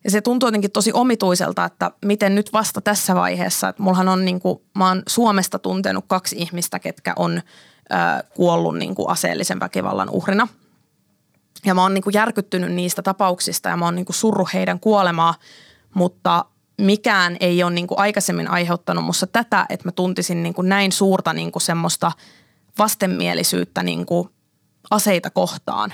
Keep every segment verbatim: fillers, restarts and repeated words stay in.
Ja se tuntuu jotenkin tosi omituiselta, että miten nyt vasta tässä vaiheessa, että mullahan on niin kuin, mä oon Suomesta tuntenut kaksi ihmistä, ketkä on äh, kuollut niin kuin aseellisen väkivallan uhrina. Ja mä oon niin kuin järkyttynyt niistä tapauksista ja mä oon niin kuin surru heidän kuolemaa, mutta mikään ei ole niin kuin aikaisemmin aiheuttanut musta tätä, että mä tuntisin niin kuin näin suurta niin kuin semmoista vastenmielisyyttä niin kuin aseita kohtaan.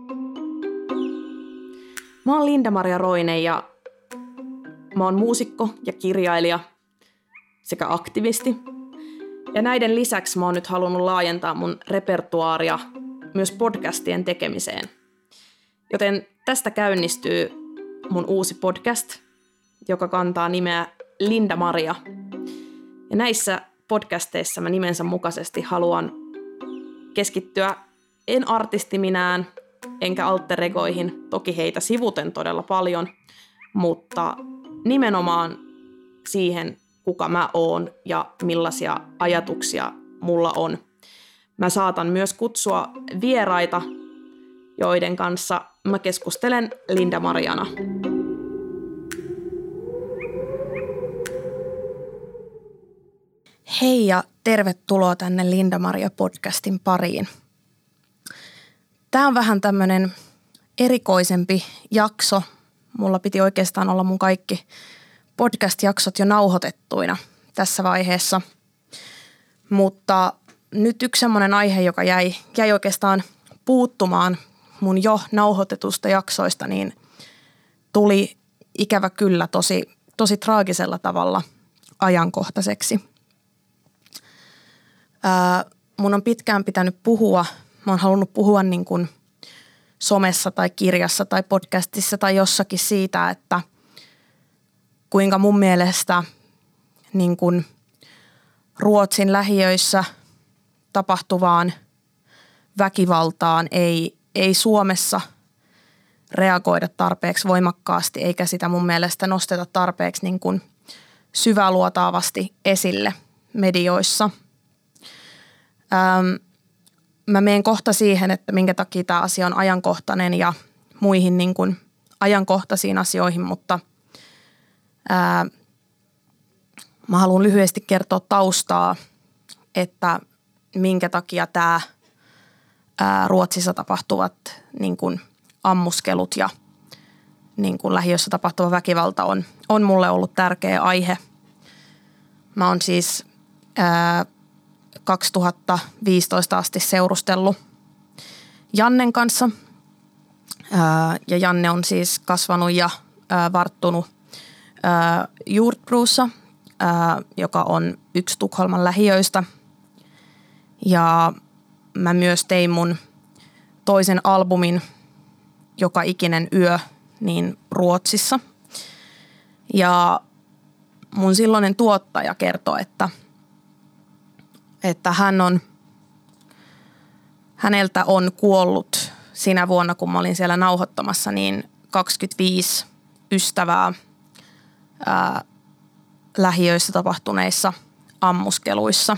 Mä oon Linda-Maria Roine ja mä oon muusikko ja kirjailija sekä aktivisti. Ja näiden lisäksi mä oon nyt halunnut laajentaa mun repertuaaria myös podcastien tekemiseen. Joten tästä käynnistyy mun uusi podcast, joka kantaa nimeä Linda-Maria. Ja näissä podcasteissa mä nimensä mukaisesti haluan keskittyä en artistiminään, enkä alter egoihin, toki heitä sivuten todella paljon, mutta nimenomaan siihen, kuka mä oon ja millaisia ajatuksia mulla on. Mä saatan myös kutsua vieraita, joiden kanssa mä keskustelen Linda-Mariana. Hei ja tervetuloa tänne Linda-Maria-podcastin pariin. Tämä on vähän tämmöinen erikoisempi jakso. Mulla piti oikeastaan olla mun kaikki podcast-jaksot jo nauhoitettuina tässä vaiheessa. Mutta nyt yksi semmoinen aihe, joka jäi, jäi oikeastaan puuttumaan mun jo nauhoitetusta jaksoista, niin tuli ikävä kyllä tosi, tosi traagisella tavalla ajankohtaiseksi. Ää, mun on pitkään pitänyt puhua, mä oon halunnut puhua niin kuin somessa tai kirjassa tai podcastissa tai jossakin siitä, että kuinka mun mielestä niin kuin Ruotsin lähiöissä tapahtuvaan väkivaltaan ei, ei Suomessa reagoida tarpeeksi voimakkaasti, eikä sitä mun mielestä nosteta tarpeeksi niin kuin syväluotaavasti esille medioissa. Ähm, mä menen kohta siihen, että minkä takia tämä asia on ajankohtainen ja muihin niin kuin ajankohtaisiin asioihin, mutta ää, mä haluan lyhyesti kertoa taustaa, että minkä takia tämä ää, Ruotsissa tapahtuvat niin kuin ammuskelut ja niin kuin lähiössä tapahtuva väkivalta on, on mulle ollut tärkeä aihe. Mä oon siis ää, kaksituhattaviisitoista asti seurustellut Jannen kanssa. Ää, ja Janne on siis kasvanut ja ää, varttunut ää, Jordbrossa, ää, joka on yksi Tukholman lähiöistä. Ja mä myös tein mun toisen albumin Joka ikinen yö niin Ruotsissa. Ja mun silloinen tuottaja kertoi, että että hän on, häneltä on kuollut sinä vuonna, kun mä olin siellä nauhoittamassa, niin kaksikymmentäviisi ystävää ää, lähiöissä tapahtuneissa ammuskeluissa.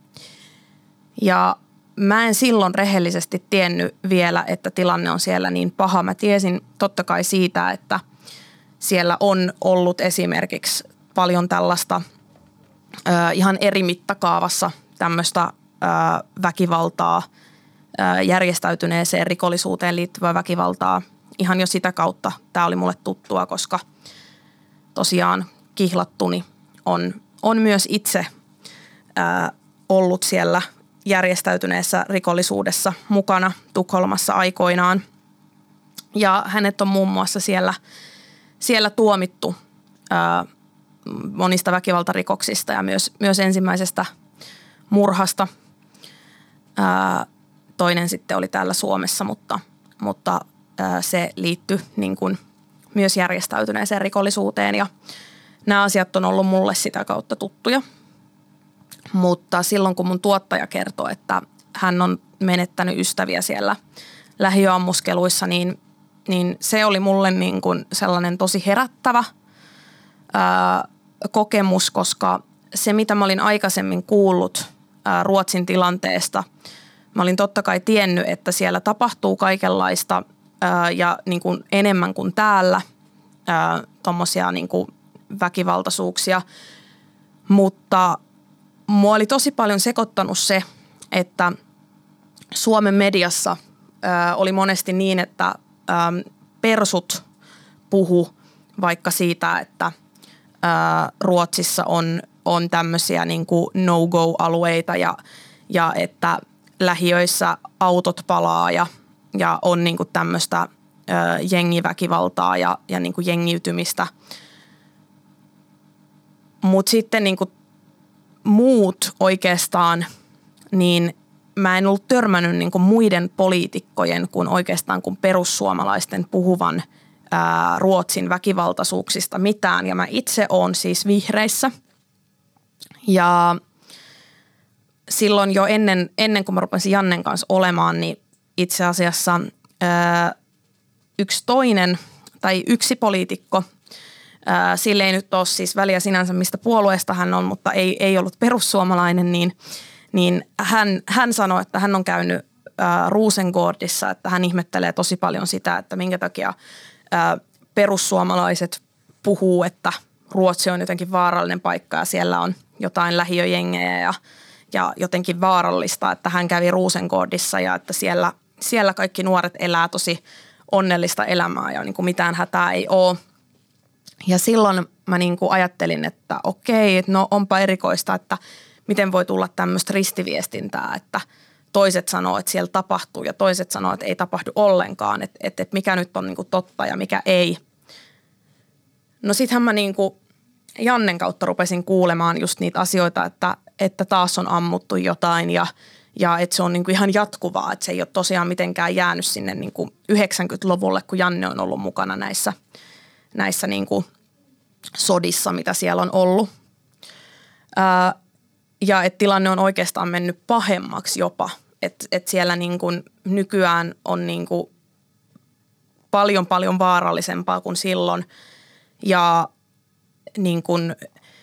Ja mä en silloin rehellisesti tiennyt vielä, että tilanne on siellä niin paha. Mä tiesin totta kai siitä, että siellä on ollut esimerkiksi paljon tällaista ää, ihan eri mittakaavassa tämmöistä ää, väkivaltaa, ää, järjestäytyneeseen rikollisuuteen liittyvää väkivaltaa. Ihan jo sitä kautta tämä oli mulle tuttua, koska tosiaan kihlattuni on, on myös itse ää, ollut siellä järjestäytyneessä rikollisuudessa mukana Tukholmassa aikoinaan. Ja hänet on muun muassa siellä, siellä tuomittu ää, monista väkivaltarikoksista ja myös, myös ensimmäisestä murhasta. Ää, toinen sitten oli täällä Suomessa, mutta, mutta ää, se liittyi niin kuin myös järjestäytyneeseen rikollisuuteen ja nämä asiat on ollut mulle sitä kautta tuttuja. Mutta silloin kun mun tuottaja kertoi, että hän on menettänyt ystäviä siellä lähiöammuskeluissa, niin, niin se oli mulle niin kuin sellainen tosi herättävä ää, kokemus, koska se mitä mä olin aikaisemmin kuullut ää, Ruotsin tilanteesta, mä olin totta kai tiennyt, että siellä tapahtuu kaikenlaista ää, ja niin kuin enemmän kuin täällä. tuommoisia niin kuin väkivaltaisuuksia. Mutta mua oli tosi paljon sekoittanut se, että Suomen mediassa ää, oli monesti niin, että ää, persut puhu vaikka siitä, että ää, Ruotsissa on, on tämmöisiä niin kuin no-go-alueita ja, ja että lähiöissä autot palaa ja, ja on niin kuin tämmöistä ää, jengiväkivaltaa ja, ja niin kuin jengiytymistä. Mutta sitten niin kuin muut oikeastaan, niin mä en ollut törmännyt niin kuin muiden poliitikkojen kuin oikeastaan kuin perussuomalaisten puhuvan ää, Ruotsin väkivaltaisuuksista mitään. Ja mä itse oon siis vihreissä. Ja silloin jo ennen, ennen kuin mä rupesin Jannen kanssa olemaan, niin itse asiassa ää, yksi toinen tai yksi poliitikko, ää, sille ei nyt ole siis väliä sinänsä mistä puolueesta hän on, mutta ei, ei ollut perussuomalainen, niin niin hän, hän sanoi, että hän on käynyt ää, Rosengårdissa, että hän ihmettelee tosi paljon sitä, että minkä takia ää, perussuomalaiset puhuu, että Ruotsi on jotenkin vaarallinen paikka ja siellä on jotain lähiöjengejä ja, ja jotenkin vaarallista, että hän kävi Rosengårdissa ja että siellä, siellä kaikki nuoret elää tosi onnellista elämää ja niin kuin mitään hätää ei ole. Ja silloin mä niin kuin ajattelin, että okei, no onpa erikoista, että miten voi tulla tämmöistä ristiviestintää, että toiset sanoo, että siellä tapahtuu ja toiset sanoo, että ei tapahdu ollenkaan, että, että, että mikä nyt on niin kuin totta ja mikä ei. No sittenhän mä niin kuin Jannen kautta rupesin kuulemaan just niitä asioita, että, että taas on ammuttu jotain ja, ja että se on niin kuin ihan jatkuvaa, että se ei ole tosiaan mitenkään jäänyt sinne niin kuin yhdeksänkymmentäluvulle, kun Janne on ollut mukana näissä, näissä niin kuin sodissa, mitä siellä on ollut. Ää, Ja että tilanne on oikeastaan mennyt pahemmaksi jopa, että et siellä niin kuin nykyään on niin kuin paljon paljon vaarallisempaa kuin silloin ja niin kuin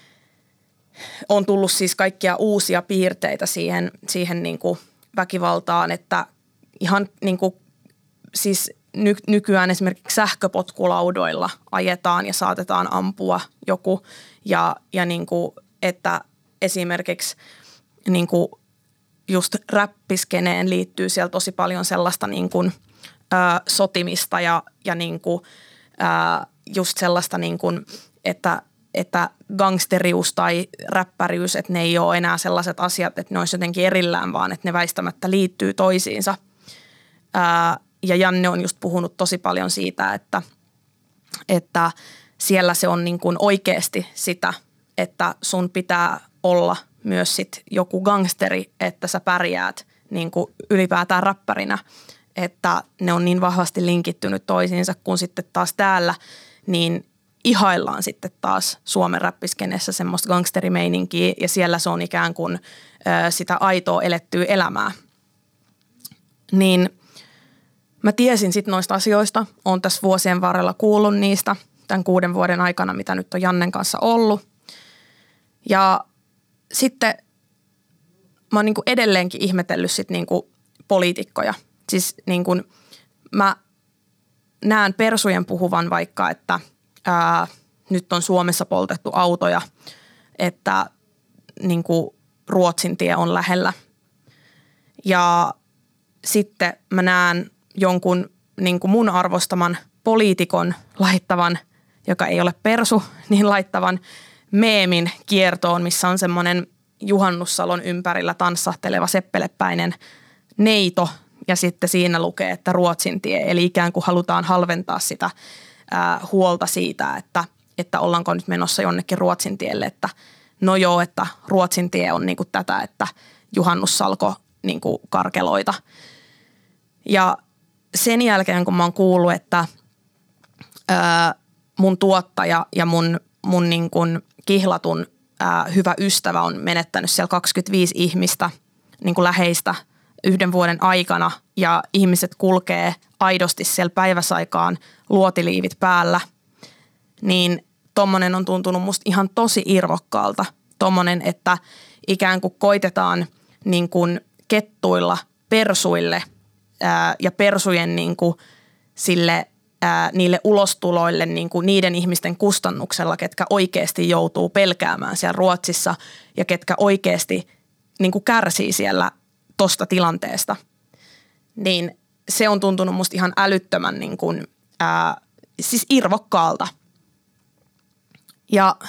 on tullut siis kaikkia uusia piirteitä siihen, siihen niin kuin väkivaltaan, että ihan niin kuin siis ny, nykyään esimerkiksi sähköpotkulaudoilla ajetaan ja saatetaan ampua joku ja, ja niin kuin, että esimerkiksi niin kuin just räppiskeneen liittyy siellä tosi paljon sellaista niin kuin, ö, sotimista ja, ja niin kuin, ö, just sellaista, niin kuin, että, että gangsterius tai räppäriys, että ne ei ole enää sellaiset asiat, että ne olisi jotenkin erillään, vaan että ne väistämättä liittyy toisiinsa. Ö, ja Janne on just puhunut tosi paljon siitä, että, että siellä se on niin kuin oikeasti sitä, että sun pitää olla myös sit joku gangsteri, että sä pärjäät niin kuin ylipäätään räppärinä, että ne on niin vahvasti linkittynyt toisiinsa, kun sitten taas täällä niin ihaillaan sitten taas Suomen räppiskenessä semmoista gangsterimeininkiä ja siellä se on ikään kuin ö, sitä aitoa elettyä elämää. Niin mä tiesin sitten noista asioista, oon tässä vuosien varrella kuullut niistä tämän kuuden vuoden aikana, mitä nyt on Jannen kanssa ollut. Ja sitten mä oon niin kuin edelleenkin ihmetellyt sit niin kuin poliitikkoja. Siis niin kuin mä näen persujen puhuvan vaikka, että ää, nyt on Suomessa poltettu autoja, että niin kuin Ruotsin tie on lähellä. Ja sitten mä näen jonkun niin kuin mun arvostaman poliitikon laittavan, joka ei ole persu, niin laittavan meemin kiertoon, missä on semmoinen Juhannussalon ympärillä tanssahteleva seppelepäinen neito ja sitten siinä lukee, että Ruotsin tie. Eli ikään kuin halutaan halventaa sitä ää, huolta siitä, että, että ollaanko nyt menossa jonnekin Ruotsin tielle, että no joo, että Ruotsin tie on niinku tätä, että Juhannussalko niinku karkeloita. Ja sen jälkeen, kun mä oon kuullut, että ää, mun tuottaja ja mun, mun niin kuin kihlatun ää, hyvä ystävä on menettänyt siellä kaksikymmentäviisi ihmistä niin kuin läheistä yhden vuoden aikana ja ihmiset kulkee aidosti siellä päiväsaikaan luotiliivit päällä, niin tommonen on tuntunut musta ihan tosi irvokkaalta. Tommonen, että ikään kuin koitetaan niin kuin kettuilla persuille ää, ja persujen niin kuin sille ää, niille ulostuloille niin kuin niiden ihmisten kustannuksella, ketkä oikeasti joutuu pelkäämään siellä Ruotsissa ja ketkä oikeasti niin kuin kärsii siellä tosta tilanteesta, niin se on tuntunut musta ihan älyttömän niin kuin, ää, siis irvokkaalta. Ja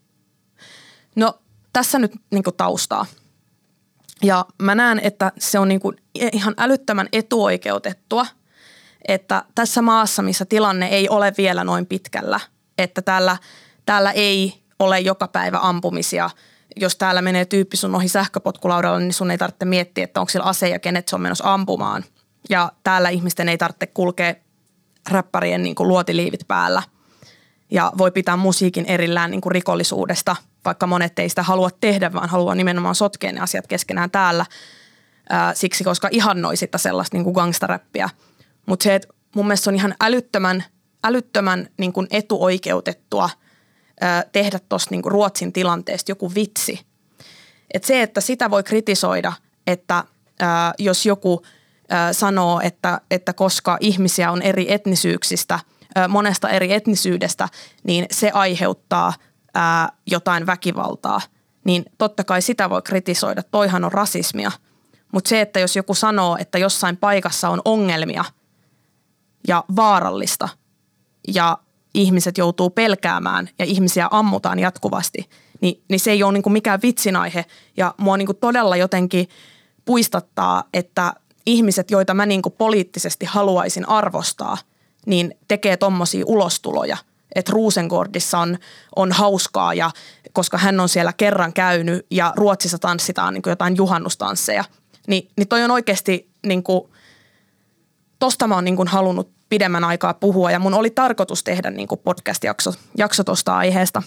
no tässä nyt niin kuin taustaa. Ja mä näen, että se on niin kuin ihan älyttömän etuoikeutettua, että tässä maassa, missä tilanne ei ole vielä noin pitkällä, että täällä, täällä ei ole joka päivä ampumisia. Jos täällä menee tyyppi sun ohi sähköpotkulaudalla, niin sun ei tarvitse miettiä, että onko sillä ase ja kenet se on menossa ampumaan. Ja täällä ihmisten ei tarvitse kulkea räppärien niin kuin luotiliivit päällä. Ja voi pitää musiikin erillään niin kuin rikollisuudesta, vaikka monet ei sitä halua tehdä, vaan haluaa nimenomaan sotkea ne asiat keskenään täällä. Ää, siksi, koska ihannoi sitä sellaista niin kuin gangstaräppiä. Mutta se, että mun mielestä on ihan älyttömän, älyttömän niin kuin etuoikeutettua ää, tehdä tuosta niin kuin Ruotsin tilanteesta joku vitsi. Et se, että sitä voi kritisoida, että ää, jos joku ää, sanoo, että, että koska ihmisiä on eri etnisyyksistä, ää, monesta eri etnisyydestä, niin se aiheuttaa ää, jotain väkivaltaa, niin totta kai sitä voi kritisoida. Toihan on rasismia. Mutta se, että jos joku sanoo, että jossain paikassa on ongelmia ja vaarallista ja ihmiset joutuu pelkäämään ja ihmisiä ammutaan jatkuvasti, niin, niin se ei ole niinku mikään vitsinaihe. Ja mua niinku todella jotenkin puistattaa, että ihmiset, joita mä niinku poliittisesti haluaisin arvostaa, niin tekee tommosia ulostuloja. Että Rosengårdissa on, on hauskaa, ja, koska hän on siellä kerran käynyt ja Ruotsissa tanssitaan niinku jotain juhannustansseja. Ni, niin toi on oikeasti, niinku, tosta mä oon niinku halunnut pidemmän aikaa puhua ja mun oli tarkoitus tehdä niinku podcast-jakso jakso tosta aiheesta.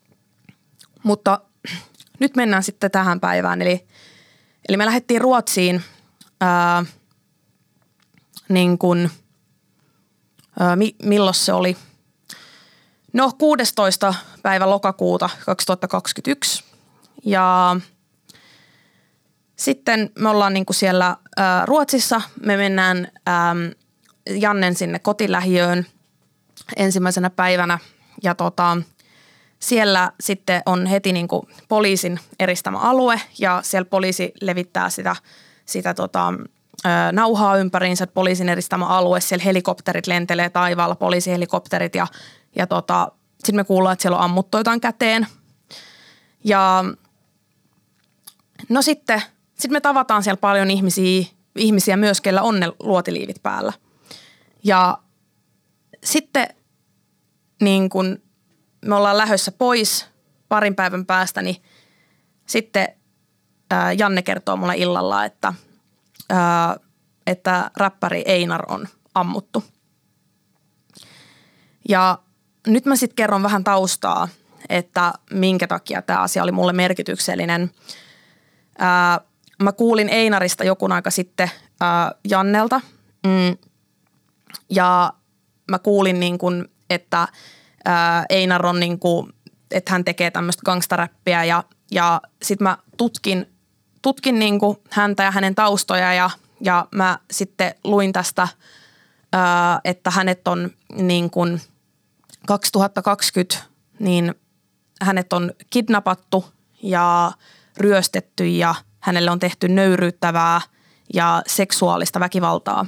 Mutta nyt mennään sitten tähän päivään. Eli, eli me lähdettiin Ruotsiin ää, niin kuin, ää, mi, milloin se oli? No kuudestoista päivä lokakuuta kaksituhattakaksikymmentäyksi ja sitten me ollaan niin kuin siellä ää, Ruotsissa, me mennään ää, Jannen sinne kotilähiöön ensimmäisenä päivänä ja tota, siellä sitten on heti niin kuin poliisin eristämä alue ja siellä poliisi levittää sitä, sitä tota, ää, nauhaa ympäriinsä, poliisin eristämä alue, siellä helikopterit lentelee taivaalla, poliisihelikopterit ja, ja tota, sitten me kuullaan, että siellä on ammuttu jotain käteen ja no sitten Sitten me tavataan siellä paljon ihmisiä, ihmisiä myös, kellä on ne luotiliivit päällä. Ja sitten niin kun me ollaan lähdössä pois parin päivän päästä, niin sitten ää, Janne kertoo mulle illalla, että, ää, että räppäri Einar on ammuttu. Ja nyt mä sitten kerron vähän taustaa, että minkä takia tämä asia oli mulle merkityksellinen. Ää, Mä kuulin Einarista jokun aika sitten ää, Jannelta mm, ja mä kuulin, niin kun, että ää, Einar on, niin kun, että hän tekee tämmöistä gangstaräppiä ja, ja sit mä tutkin, tutkin niin kun häntä ja hänen taustoja ja, ja mä sitten luin tästä, ää, että hänet on niin kun kaksituhattakaksikymmentä, niin hänet on kidnappattu ja ryöstetty ja hänelle on tehty nöyryyttävää ja seksuaalista väkivaltaa.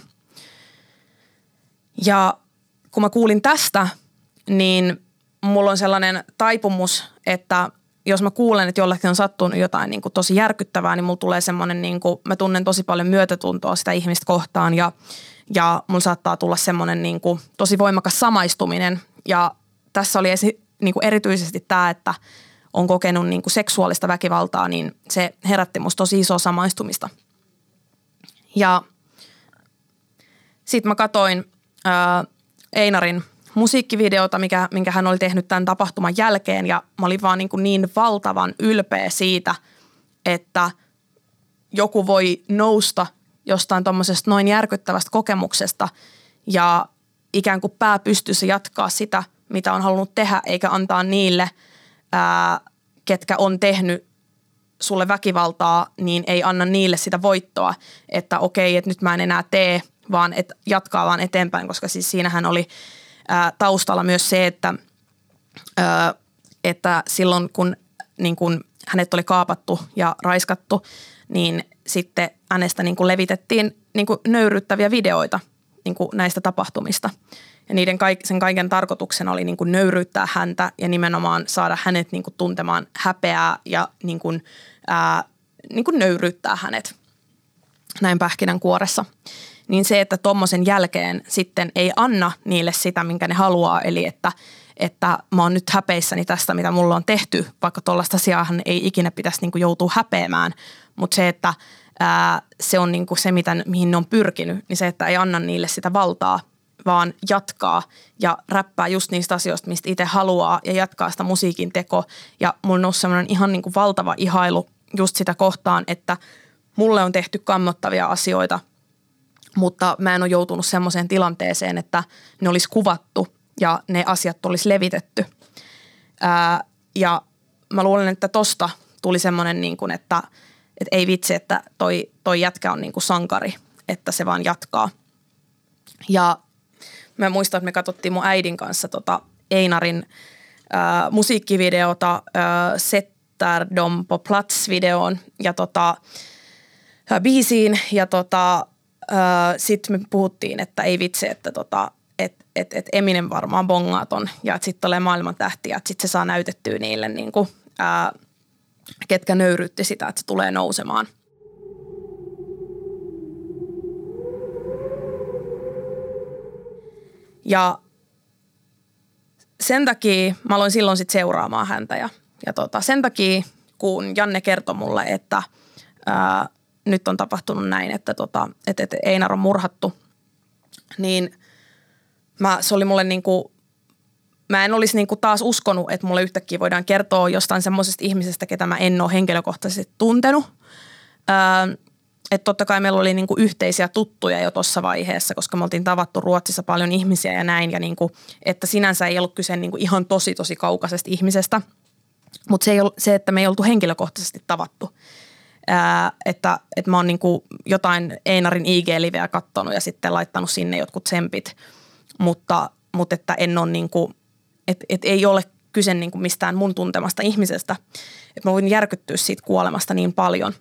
Ja kun mä kuulin tästä, niin mulla on sellainen taipumus, että jos mä kuulen, että jollekin on sattunut jotain niin kuin tosi järkyttävää, niin mulla tulee semmoinen, niin kuin, mä tunnen tosi paljon myötätuntoa sitä ihmistä kohtaan ja, ja mulla saattaa tulla semmoinen niin kuin tosi voimakas samaistuminen. Ja tässä oli esi, niin kuin erityisesti tämä, että on kokenut niin kuin seksuaalista väkivaltaa, niin se herätti musta tosi isoa samaistumista. Ja sitten mä katoin ää, Einarin musiikkivideota, mikä, minkä hän oli tehnyt tämän tapahtuman jälkeen, ja mä olin vaan niin, kuin niin valtavan ylpeä siitä, että joku voi nousta jostain tommosesta noin järkyttävästä kokemuksesta ja ikään kuin pää pystyssä jatkaa sitä, mitä on halunnut tehdä, eikä antaa niille Ää, ketkä on tehnyt sulle väkivaltaa, niin ei anna niille sitä voittoa, että okei, että nyt mä en enää tee, vaan että jatkaa vaan eteenpäin, koska siis siinähän oli ää, taustalla myös se, että, ää, että silloin kun niin kun hänet oli kaapattu ja raiskattu, niin sitten hänestä niin kun levitettiin niin kun nöyryyttäviä videoita niin kun näistä tapahtumista. Ja niiden kaik, sen kaiken tarkoituksena oli niin kun nöyryyttää häntä ja nimenomaan saada hänet niin kun tuntemaan häpeää ja niin kun, ää, niin kun nöyryyttää hänet näin pähkinänkuoressa. Niin se, että tommosen jälkeen sitten ei anna niille sitä, minkä ne haluaa, eli että, että mä oon nyt häpeissäni tästä, mitä mulla on tehty, vaikka tollaista asiaahan ei ikinä pitäisi niin kuin joutua häpeämään, mutta se, että ää, se on niin kuin se, mitä, mihin ne on pyrkinyt, niin se, että ei anna niille sitä valtaa, vaan jatkaa ja räppää just niistä asioista, mistä itse haluaa ja jatkaa sitä musiikin teko. Ja mulla nousi semmoinen ihan niin kuin valtava ihailu just sitä kohtaan, että mulle on tehty kammottavia asioita, mutta mä en ole joutunut semmoiseen tilanteeseen, että ne olisi kuvattu ja ne asiat olisi levitetty. Ää, ja mä luulen, että tosta tuli semmoinen, niin kuin, että, että ei vitsi, että toi, toi jätkä on niin kuin sankari, että se vaan jatkaa. Ja mä muistan, että me katsottiin mun äidin kanssa tota Einarin ää, musiikkivideota, ää, Sätter på plats-videoon ja tota, ää, biisiin ja tota, sitten me puhuttiin, että ei vitsi, että tota, et, et, et Eminem varmaan bongaa ton ja että sitten tulee maailman tähtiä, että sitten se saa näytettyä niille, niin kuin, ää, ketkä nöyryytti sitä, että se tulee nousemaan. Ja sen takia mä aloin silloin sitten seuraamaan häntä ja, ja tota, sen takia, kun Janne kertoi mulle, että ää, nyt on tapahtunut näin, että, tota, että, että Einar on murhattu, niin mä, se oli mulle niin kuin, mä en olisi niin kuin taas uskonut, että mulle yhtäkkiä voidaan kertoa jostain semmoisesta ihmisestä, ketä mä en ole henkilökohtaisesti tuntenut. Öö, että totta kai meillä oli niin kuin yhteisiä tuttuja jo tuossa vaiheessa, koska me oltiin tavattu Ruotsissa paljon ihmisiä ja näin, ja niin kuin, että sinänsä ei ollut kyse niin kuin ihan tosi tosi kaukaisesta ihmisestä, mutta se, se, että me ei oltu henkilökohtaisesti tavattu. Ää, että, että mä oon niinku jotain Einarin I G-liveä kattonut ja sitten laittanut sinne jotkut tsempit, mutta, mutta että en ole niinku, että, että ei ole kyse niinku mistään mun tuntemasta ihmisestä. Että mä voin järkyttyä siitä kuolemasta niin paljon.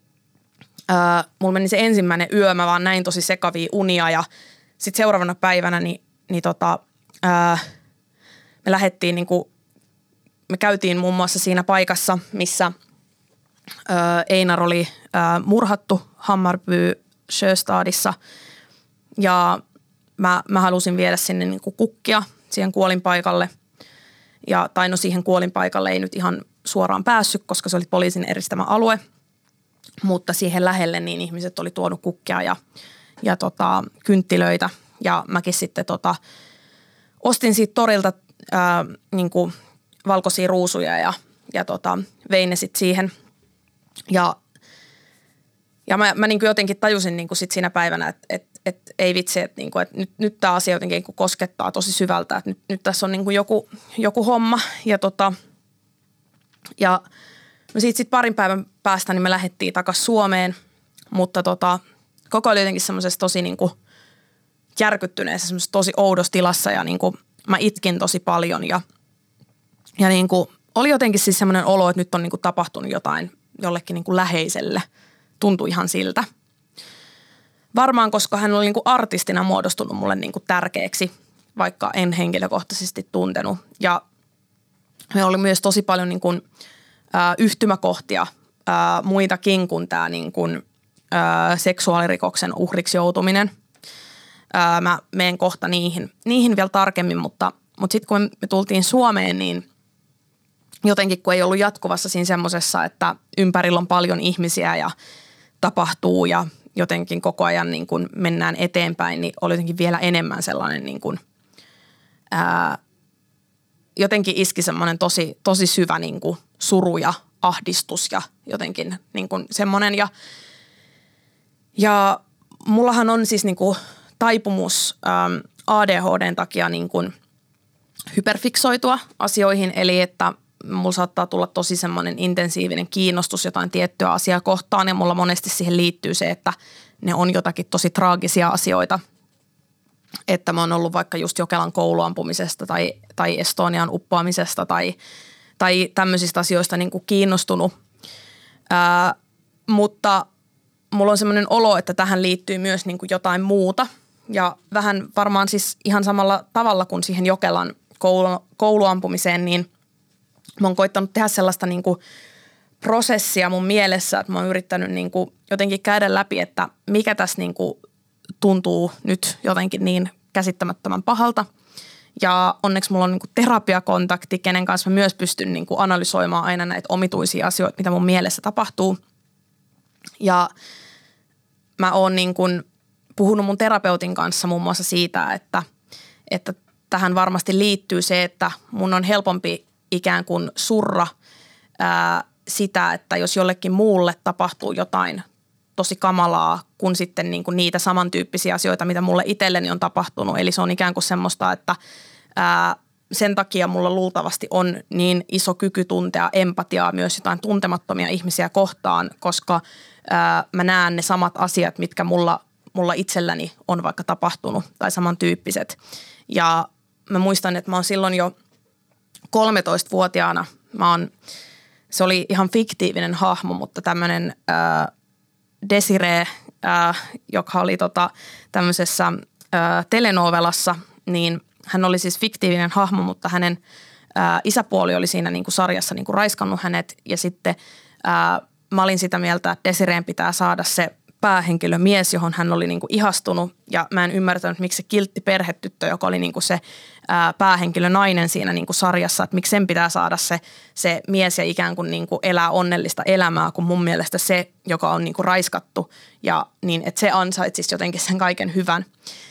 Ää, mulla meni se ensimmäinen yö, mä vaan näin tosi sekavia unia ja sitten seuraavana päivänä niin, niin tota, ää, me lähdettiin niinku, me käytiin muun muassa siinä paikassa, missä Einar oli murhattu Hammarby Sjöstadissa ja mä, mä halusin viedä sinne niin kuin kukkia siihen kuolinpaikalle. Ja, tai no siihen kuolinpaikalle ei nyt ihan suoraan päässyt, koska se oli poliisin eristämä alue, mutta siihen lähelle niin ihmiset oli tuonut kukkia ja, ja tota, kynttilöitä ja mäkin sitten tota, ostin siitä torilta ää, niin kuin valkoisia ruusuja ja, ja tota, vein ne sitten siihen. Ja, ja mä, mä niin kuin jotenkin tajusin niin kuin sit siinä päivänä, että et, et ei vitsi, että, niin kuin, että nyt, nyt tämä asia jotenkin niin kuin koskettaa tosi syvältä, että nyt, nyt tässä on niin kuin joku, joku homma. Ja, tota, ja no siitä sitten parin päivän päästä niin me lähdettiin takaisin Suomeen, mutta tota, koko oli jotenkin semmoisessa tosi niin kuin järkyttyneessä, semmoisessa tosi oudossa tilassa ja niin kuin mä itkin tosi paljon ja, ja niin kuin oli jotenkin siis semmoinen olo, että nyt on niin kuin tapahtunut jotain jollekin niin kuin läheiselle. Tuntui ihan siltä. Varmaan, koska hän oli niin kuin artistina muodostunut mulle niin kuin tärkeäksi, vaikka en henkilökohtaisesti tuntenut. Ja me oli myös tosi paljon niin kuin, ä, yhtymäkohtia ä, muitakin kuin tämä niin kuin, ä, seksuaalirikoksen uhriksi joutuminen. Ä, mä menen kohta niihin, niihin vielä tarkemmin, mutta, mutta sitten kun me tultiin Suomeen, niin jotenkin kun ei ollut jatkuvassa siinä semmoisessa, että ympärillä on paljon ihmisiä ja tapahtuu ja jotenkin koko ajan niin kuin mennään eteenpäin, niin oli jotenkin vielä enemmän sellainen niin kuin, ää, jotenkin iski semmoinen tosi, tosi syvä niin kuin suru ja ahdistus ja jotenkin niin kuin semmoinen. Ja, ja mullahan on siis niin kuin taipumus äm, A D H D:n takia niin kuin hyperfiksoitua asioihin, eli että mulla saattaa tulla tosi semmoinen intensiivinen kiinnostus jotain tiettyä asiaa kohtaan ja mulla monesti siihen liittyy se, että ne on jotakin tosi traagisia asioita. että mä oon ollut vaikka just Jokelan kouluampumisesta tai, tai Estonian uppoamisesta tai, tai tämmöisistä asioista niin kuin kiinnostunut. Ää, mutta mulla on semmoinen olo, että tähän liittyy myös niin kuin jotain muuta ja vähän varmaan siis ihan samalla tavalla kuin siihen Jokelan koulu, kouluampumiseen, niin mä oon koittanut tehdä sellaista niin kuin prosessia mun mielessä, että mä oon yrittänyt niin kuin jotenkin käydä läpi, että mikä tässä niin kuin tuntuu nyt jotenkin niin käsittämättömän pahalta. Ja onneksi mulla on niin kuin terapiakontakti, kenen kanssa mä myös pystyn niin kuin analysoimaan aina näitä omituisia asioita, mitä mun mielessä tapahtuu. Ja mä oon niin kuin puhunut mun terapeutin kanssa muun muassa siitä, että, että tähän varmasti liittyy se, että mun on helpompi ikään kuin surra ää, sitä, että jos jollekin muulle tapahtuu jotain tosi kamalaa, kuin sitten niin kuin niitä samantyyppisiä asioita, mitä mulle itselleni on tapahtunut. Eli se on ikään kuin semmoista, että ää, sen takia mulla luultavasti on niin iso kyky tuntea empatiaa myös jotain tuntemattomia ihmisiä kohtaan, koska ää, mä näen ne samat asiat, mitkä mulla, mulla itselläni on vaikka tapahtunut tai samantyyppiset. Ja mä muistan, että mä oon silloin jo kolmetoistavuotiaana, mä oon, se oli ihan fiktiivinen hahmo, mutta tämmöinen ää, Desiree, ää, joka oli tota, tämmöisessä ää, telenovelassa, niin hän oli siis fiktiivinen hahmo, mutta hänen ää, isäpuoli oli siinä niin kuin sarjassa niin kuin raiskannut hänet. Ja sitten ää, mä olin sitä mieltä, että Desireen pitää saada se päähenkilö mies, johon hän oli niin kuin ihastunut. Ja mä en ymmärtänyt, miksi se kiltti perhetyttö, joka oli niin kuin se ää, päähenkilö nainen siinä niin kuin sarjassa, että miksi sen pitää saada se, se mies ja ikään kuin, niin kuin elää onnellista elämää, kun mun mielestä se, joka on niin kuin raiskattu, ja niin, että se ansaitsisi jotenkin sen kaiken hyvän.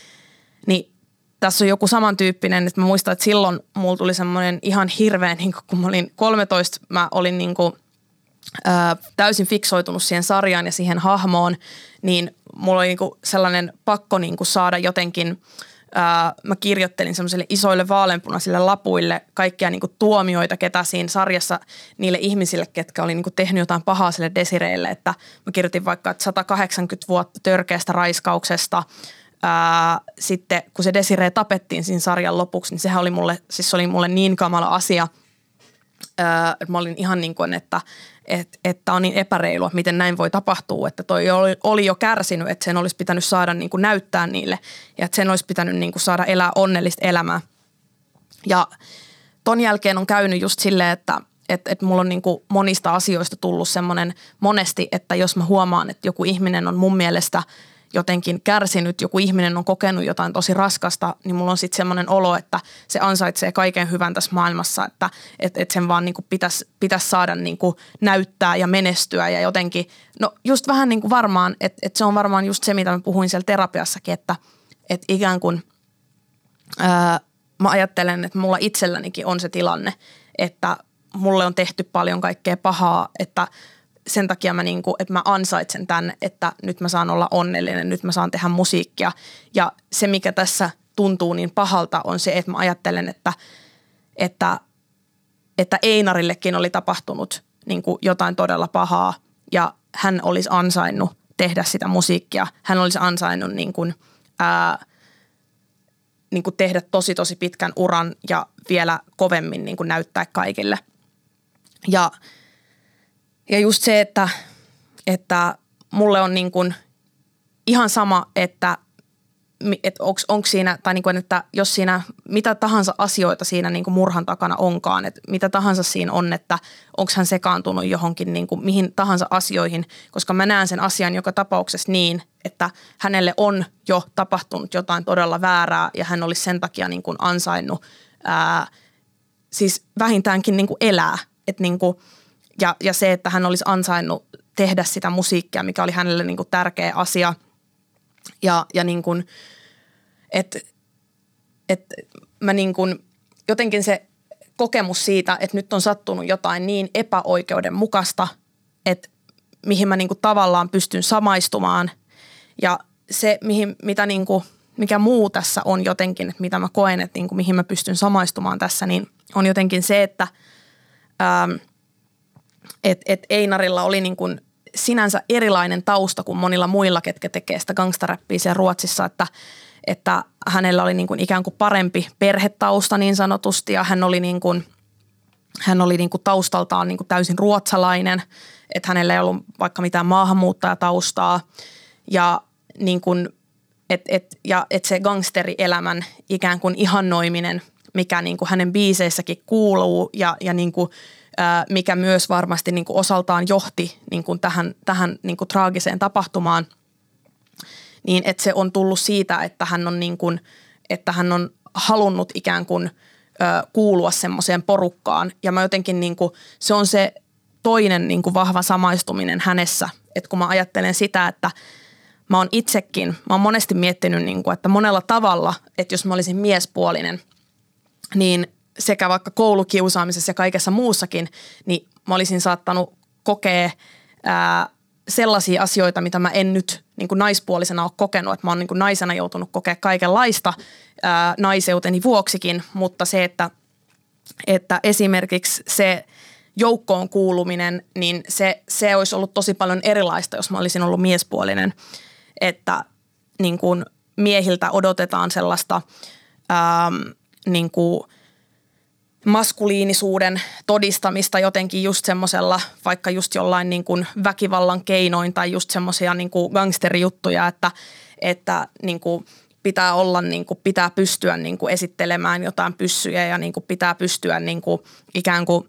Niin tässä on joku samantyyppinen, että mä muistan, että silloin mulla tuli semmoinen ihan hirveä, niin kun mä olin kolmetoista, mä olin niin kuin, ää, täysin fiksoitunut siihen sarjaan ja siihen hahmoon, niin mulla oli niin kuin sellainen pakko niin kuin saada jotenkin, ää, mä kirjoittelin semmoisille isoille vaaleanpunaisille lapuille kaikkia niin kuin tuomioita, ketä siinä sarjassa niille ihmisille, ketkä oli niin kuin tehnyt jotain pahaa sille Desireelle, että mä kirjoitin vaikka, että sata kahdeksankymmentä vuotta törkeästä raiskauksesta. Ää, sitten kun se Desiree tapettiin siinä sarjan lopuksi, niin sehän oli mulle, siis se oli mulle niin kamala asia, ää, että mä olin ihan niin kuin, että et, että on niin epäreilua, miten näin voi tapahtua, että toi oli, oli jo kärsinyt, että sen olisi pitänyt saada niin kuin näyttää niille ja että sen olisi pitänyt niin kuin saada elää onnellista elämää. Ja ton jälkeen on käynyt just silleen, että et, et mulla on niin kuin monista asioista tullut semmoinen monesti, että jos mä huomaan, että joku ihminen on mun mielestä jotenkin kärsinyt, joku ihminen on kokenut jotain tosi raskasta, niin mulla on sitten semmoinen olo, että se ansaitsee kaiken hyvän tässä maailmassa, että et, et sen vaan niinku pitäisi pitäis saada niinku näyttää ja menestyä ja jotenkin, no just vähän niinku varmaan, että et se on varmaan just se, mitä mä puhuin siellä terapiassakin, että et ikään kuin ää, mä ajattelen, että mulla itsellänikin on se tilanne, että mulle on tehty paljon kaikkea pahaa, että sen takia mä niinku, että mä ansaitsen tämän, että nyt mä saan olla onnellinen, nyt mä saan tehdä musiikkia. Ja se, mikä tässä tuntuu niin pahalta, on se, että mä ajattelen, että, että, että Einarillekin oli tapahtunut niinku jotain todella pahaa ja hän olisi ansainnut tehdä sitä musiikkia. Hän olisi ansainnut niinku, ää, niinku tehdä tosi tosi pitkän uran ja vielä kovemmin niinku näyttää kaikille. Ja Ja just se, että, että mulle on niin kuin ihan sama, että, että onko siinä, tai niin kuin, että jos siinä mitä tahansa asioita siinä niin kuin murhan takana onkaan, että mitä tahansa siinä on, että onko hän sekaantunut johonkin niin kuin mihin tahansa asioihin, koska mä näen sen asian joka tapauksessa niin, että hänelle on jo tapahtunut jotain todella väärää ja hän olisi sen takia niin kuin ansainnut ää, siis vähintäänkin niin kuin elää, että niin kuin Ja, ja se, että hän olisi ansainnut tehdä sitä musiikkia, mikä oli hänelle niin kuin tärkeä asia. Ja, ja niin kuin, että et mä niin kuin, jotenkin se kokemus siitä, että nyt on sattunut jotain niin epäoikeudenmukaista, että mihin mä niin kuin tavallaan pystyn samaistumaan. Ja se, mihin, mitä niin kuin, mikä muu tässä on jotenkin, että mitä mä koen, että niin kuin, mihin mä pystyn samaistumaan tässä, niin on jotenkin se, että Ähm, Että et Einarilla oli niin kuin sinänsä erilainen tausta kuin monilla muilla, ketkä tekee sitä gangstaräppiä siellä Ruotsissa, että että hänellä oli niin kuin ikään kuin parempi perhetausta niin sanotusti ja hän oli, niin kuin, hän oli niin kuin taustaltaan niin kuin täysin ruotsalainen, että hänellä ei ollut vaikka mitään maahanmuuttajataustaa ja, niin kuin, et, et, ja et se gangsterielämän ikään kuin ihannoiminen, mikä niin kuin hänen biiseissäkin kuuluu ja, ja niin kuin, ää, mikä myös varmasti niin kuin osaltaan johti niin kuin tähän, tähän niin kuin traagiseen tapahtumaan, niin että se on tullut siitä, että hän on, niin kuin, että hän on halunnut ikään kuin ää, kuulua semmoiseen porukkaan. Ja mä jotenkin niin kuin, se on se toinen niin kuin vahva samaistuminen hänessä, että kun mä ajattelen sitä, että mä oon itsekin, mä oon monesti miettinyt, niin kuin, että monella tavalla, että jos mä olisin miespuolinen, niin sekä vaikka koulukiusaamisessa ja kaikessa muussakin, niin mä olisin saattanut kokea ää, sellaisia asioita, mitä mä en nyt niin kuin naispuolisena ole kokenut. Että mä oon niin kuin naisena joutunut kokea kaikenlaista ää, naiseuteni vuoksikin, mutta se, että, että esimerkiksi se joukkoon kuuluminen, niin se, se olisi ollut tosi paljon erilaista, jos mä olisin ollut miespuolinen. Että niin kuin miehiltä odotetaan sellaista ää, niin kuin maskuliinisuuden todistamista jotenkin just semmoisella, vaikka just jollain niin kuin väkivallan keinoin tai just semmoisia niin kuin gangsterijuttuja, että, että niin kuin pitää olla, niin kuin pitää pystyä niin kuin esittelemään jotain pyssyjä ja niin kuin pitää pystyä niin kuin ikään kuin,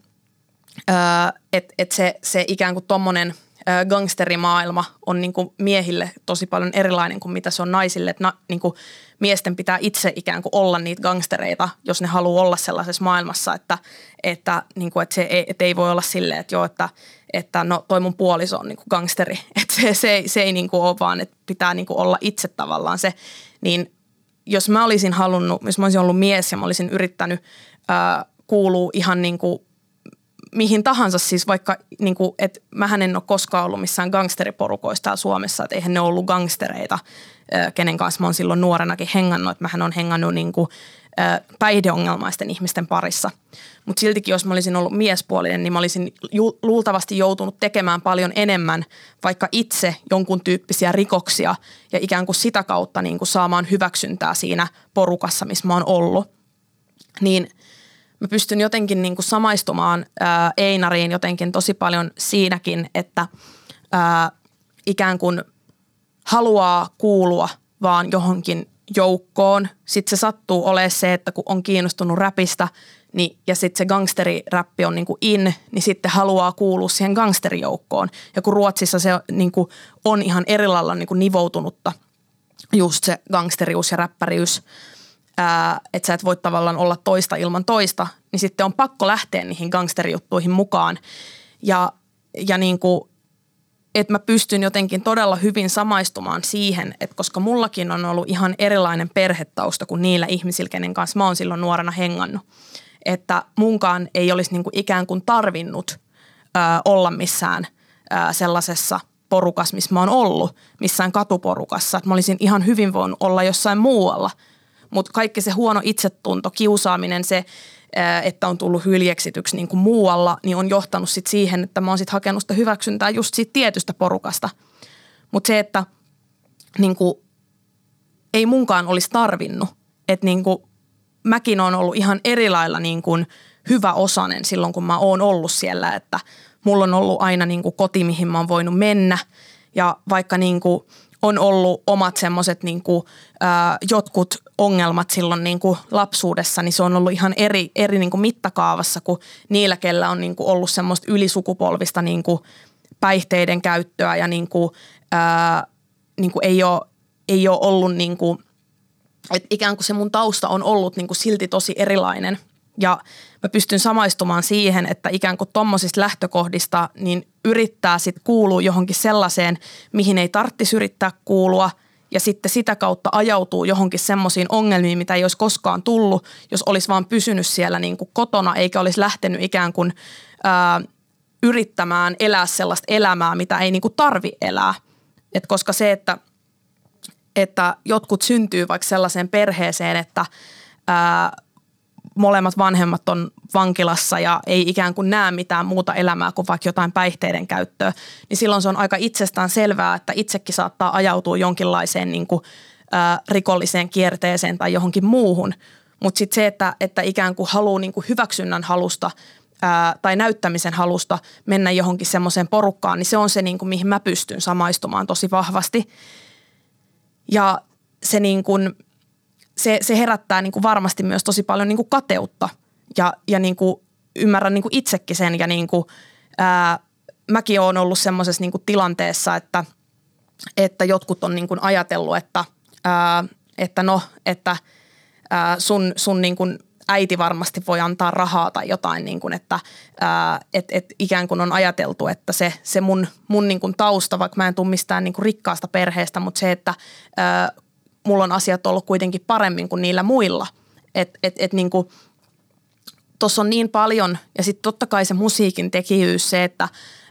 että et se, se ikään kuin tommonen gangsterimaailma on niin kuin miehille tosi paljon erilainen kuin mitä se on naisille, että na, niin kuin miesten pitää itse ikään kuin olla niitä gangstereita, jos ne haluaa olla sellaisessa maailmassa, että, että, niin kuin, että se ei, että ei voi olla silleen, että joo, että, että no toi mun puoliso on niin kuin gangsteri, että se, se ei, se ei niin kuin ole vaan, että pitää niin kuin olla itse tavallaan se, niin jos mä olisin halunnut, jos mä olisin ollut mies ja mä olisin yrittänyt ää, kuulua ihan niin kuin mihin tahansa siis vaikka, niin kuin, että mähän en ole koskaan ollut missään gangsteriporukoista täällä Suomessa, että eihän ne ollut gangstereita, kenen kanssa mä oon silloin nuorenakin hengannut, että mähän on hengannut niin kuin, päihdeongelmaisten ihmisten parissa. Mutta siltikin, jos mä olisin ollut miespuolinen, niin mä olisin ju- luultavasti joutunut tekemään paljon enemmän vaikka itse jonkun tyyppisiä rikoksia ja ikään kuin sitä kautta niin kuin saamaan hyväksyntää siinä porukassa, missä mä oon ollut. Niin mä pystyn jotenkin niin kuin samaistumaan ää, Einariin jotenkin tosi paljon siinäkin, että ää, ikään kuin haluaa kuulua vaan johonkin joukkoon. Sitten se sattuu olemaan se, että kun on kiinnostunut räpistä niin, ja sitten se gangsteriräppi on niin kuin in, niin sitten haluaa kuulua siihen gangsterijoukkoon. Ja kun Ruotsissa se niin kuin on ihan eri lailla niin kuin nivoutunutta, just se gangsterius ja räppäriys, Ää, että sä et voi tavallaan olla toista ilman toista, niin sitten on pakko lähteä niihin gangsterijuttuihin mukaan. Ja, ja niin kuin, että mä pystyn jotenkin todella hyvin samaistumaan siihen, että koska mullakin on ollut ihan erilainen perhetausta kuin niillä ihmisillä, kenen kanssa mä oon silloin nuorena hengannut. Että munkaan ei olisi niin kuin ikään kuin tarvinnut ää, olla missään ää, sellaisessa porukassa, missä mä oon ollut, missään katuporukassa. Että mä olisin ihan hyvin voinut olla jossain muualla. Mutta kaikki se huono itsetunto, kiusaaminen, se, että on tullut hyljeksityksi niin kuin muualla, niin on johtanut sit siihen, että mä oon sit hakenut sitä hyväksyntää just siitä tietystä porukasta. Mutta se, että niin kuin, ei munkaan olisi tarvinnut, että niin kuin, mäkin oon ollut ihan eri lailla niin kuin hyvä osanen silloin, kun mä oon ollut siellä, että mulla on ollut aina niin kuin koti, mihin mä oon voinut mennä ja vaikka niin kuin on ollut omat semmoiset niin kuin, ää, jotkut ongelmat silloin niin kuin lapsuudessa, niin se on ollut ihan eri, eri niin kuin mittakaavassa kuin niillä, kellä on niin kuin ollut semmoista ylisukupolvista niin kuin päihteiden käyttöä ja niin kuin, ää, niin kuin ei ole, ei ole ollut, niin kuin, että ikään kuin se mun tausta on ollut niin kuin silti tosi erilainen. Ja mä pystyn samaistumaan siihen, että ikään kuin tommosista lähtökohdista niin yrittää sitten kuulua johonkin sellaiseen, mihin ei tarvitsisi yrittää kuulua ja sitten sitä kautta ajautuu johonkin semmoisiin ongelmiin, mitä ei olisi koskaan tullut, jos olisi vaan pysynyt siellä niin kuin kotona eikä olisi lähtenyt ikään kuin ää, yrittämään elää sellaista elämää, mitä ei niin kuin tarvi elää. Et koska se, että, että jotkut syntyy vaikka sellaiseen perheeseen, että ää, molemmat vanhemmat on vankilassa ja ei ikään kuin näe mitään muuta elämää kuin vaikka jotain päihteiden käyttöä, niin silloin se on aika itsestään selvää, että itsekin saattaa ajautua jonkinlaiseen niin kuin, ää, rikolliseen kierteeseen tai johonkin muuhun. Mutta sitten se, että, että ikään kuin haluaa niinku hyväksynnän halusta ää, tai näyttämisen halusta mennä johonkin semmoiseen porukkaan, niin se on se, niinku, mihin mä pystyn samaistumaan tosi vahvasti. Ja se, niinku, se, se herättää niinku varmasti myös tosi paljon niinku kateutta ja, ja niinku ymmärrän niinku itsekin sen ja niinku, ää, mäkin olen ollut semmoisessa niinku tilanteessa, että, että jotkut on niinku ajatellut, että, ää, että no, että ää, sun, sun niinku äiti varmasti voi antaa rahaa tai jotain, niinku, että ää, et, et ikään kuin on ajateltu, että se, se mun, mun niinku tausta, vaikka mä en tule mistään niinku rikkaasta perheestä, mutta se, että ää, mulla on asiat ollut kuitenkin paremmin kuin niillä muilla, että et, et niinku tuossa on niin paljon ja sitten totta kai se musiikin tekijyys, se, että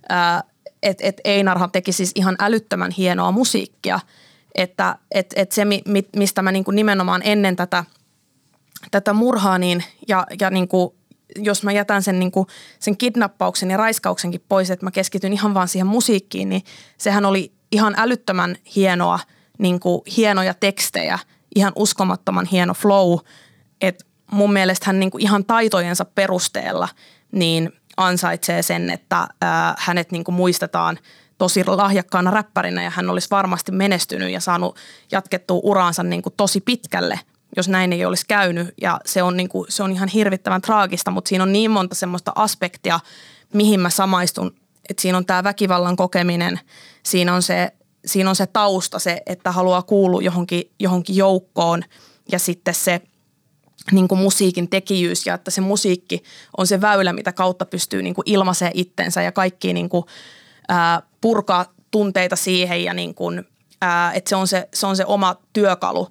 et, et Einarhan teki siis ihan älyttömän hienoa musiikkia, että et, et se, mi, mistä mä niinku nimenomaan ennen tätä, tätä murhaa, niin, ja, ja niinku, jos mä jätän sen, niinku, sen kidnappauksen ja raiskauksenkin pois, että mä keskityn ihan vaan siihen musiikkiin, niin sehän oli ihan älyttömän hienoa, niinku, hienoja tekstejä, ihan uskomattoman hieno flow, että mun mielestä hän niinku ihan taitojensa perusteella niin ansaitsee sen, että ää, hänet niinku muistetaan tosi lahjakkaana räppärinä ja hän olisi varmasti menestynyt ja saanut jatkettua uraansa niinku tosi pitkälle, jos näin ei olisi käynyt. Ja se on, niinku, se on ihan hirvittävän traagista, mutta siinä on niin monta semmoista aspektia, mihin mä samaistun. Että siinä on tämä väkivallan kokeminen, siinä on se, siinä on se tausta, se, että haluaa kuulua johonkin, johonkin joukkoon ja sitten se niin kuin musiikin tekijyys ja että se musiikki on se väylä, mitä kautta pystyy niin kuin ilmaisemaan itsensä ja kaikki niin kuin, ää, purkaa tunteita siihen ja niin kuin, ää, että se on se, se on se oma työkalu.